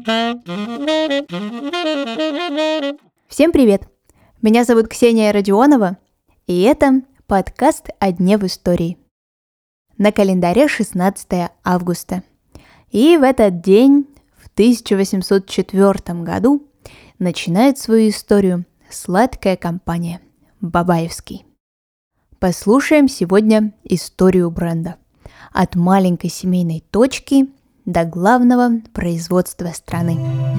Всем привет! Меня зовут Ксения Родионова, и это подкаст «О дне в истории». На календаре 16 августа. И в этот день, в 1804 году, начинает свою историю сладкая компания «Бабаевский». Послушаем сегодня историю бренда. От маленькой семейной точки до главного производства страны.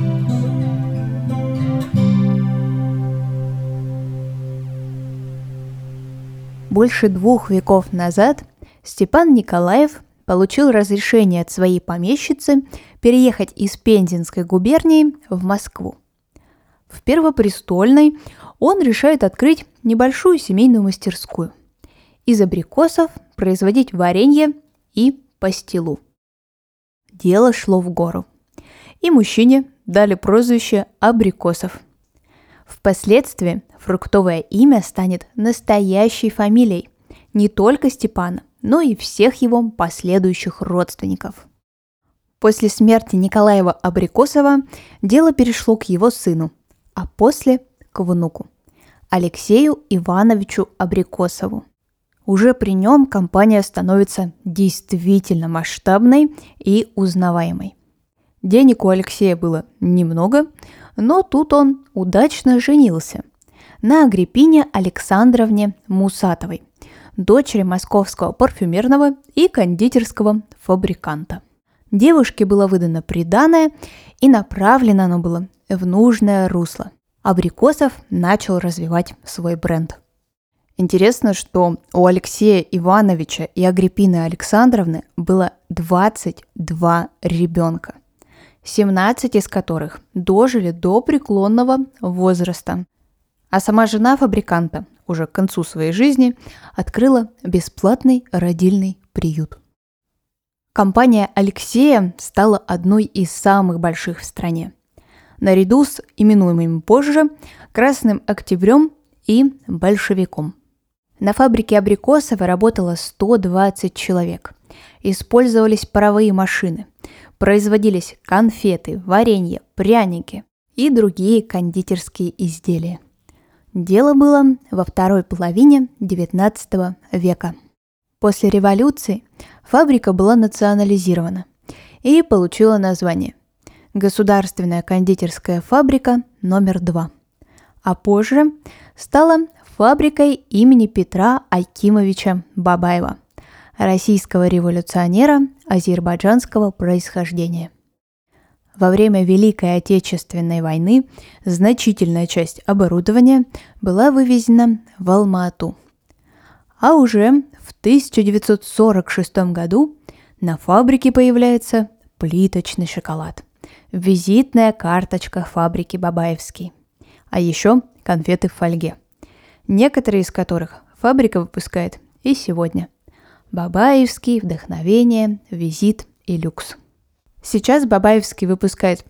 Больше 2 веков назад Степан Николаев получил разрешение от своей помещицы переехать из Пензенской губернии в Москву. В Первопрестольной он решает открыть небольшую семейную мастерскую. Из абрикосов производить варенье и пастилу. Дело шло в гору. И мужчине дали прозвище Абрикосов. Впоследствии фруктовое имя станет настоящей фамилией не только Степана, но и всех его последующих родственников. После смерти Николаева Абрикосова дело перешло к его сыну, а после – к внуку Алексею Ивановичу Абрикосову. Уже при нем компания становится действительно масштабной и узнаваемой. Денег у Алексея было немного, но тут он удачно женился на Агриппине Александровне Мусатовой, дочери московского парфюмерного и кондитерского фабриканта. Девушке было выдано приданое, и направлено оно было в нужное русло. Абрикосов начал развивать свой бренд. Интересно, что у Алексея Ивановича и Агриппины Александровны было 22 ребенка, 17 из которых дожили до преклонного возраста. А сама жена фабриканта уже к концу своей жизни открыла бесплатный родильный приют. Компания Алексея стала одной из самых больших в стране, наряду с именуемым позже Красным Октябрем и Большевиком. На фабрике Абрикосова работало 120 человек. Использовались паровые машины, производились конфеты, варенье, пряники и другие кондитерские изделия. Дело было во второй половине XIX века. После революции фабрика была национализирована и получила название «Государственная кондитерская фабрика номер 2», а позже стала фабрикой имени Петра Акимовича Бабаева, российского революционера азербайджанского происхождения. Во время Великой Отечественной войны значительная часть оборудования была вывезена в Алма-Ату. А уже в 1946 году на фабрике появляется плиточный шоколад, визитная карточка фабрики Бабаевский, а еще конфеты в фольге, некоторые из которых фабрика выпускает и сегодня. Бабаевский, Вдохновение, Визит и Люкс. Сейчас Бабаевский выпускает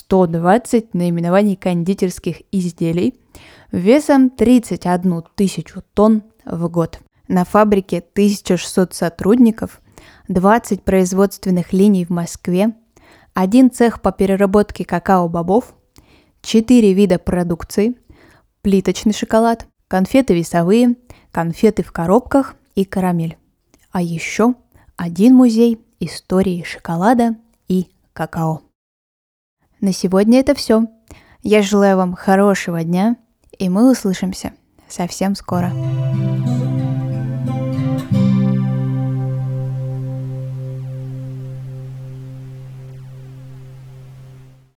120 наименований кондитерских изделий весом 31 тысячу тонн в год. На фабрике 1600 сотрудников, 20 производственных линий в Москве, 1 цех по переработке какао-бобов, 4 вида продукции, плиточный шоколад, конфеты весовые, конфеты в коробках и карамель. А еще 1 музей истории шоколада и какао. На сегодня это все. Я желаю вам хорошего дня, и мы услышимся совсем скоро.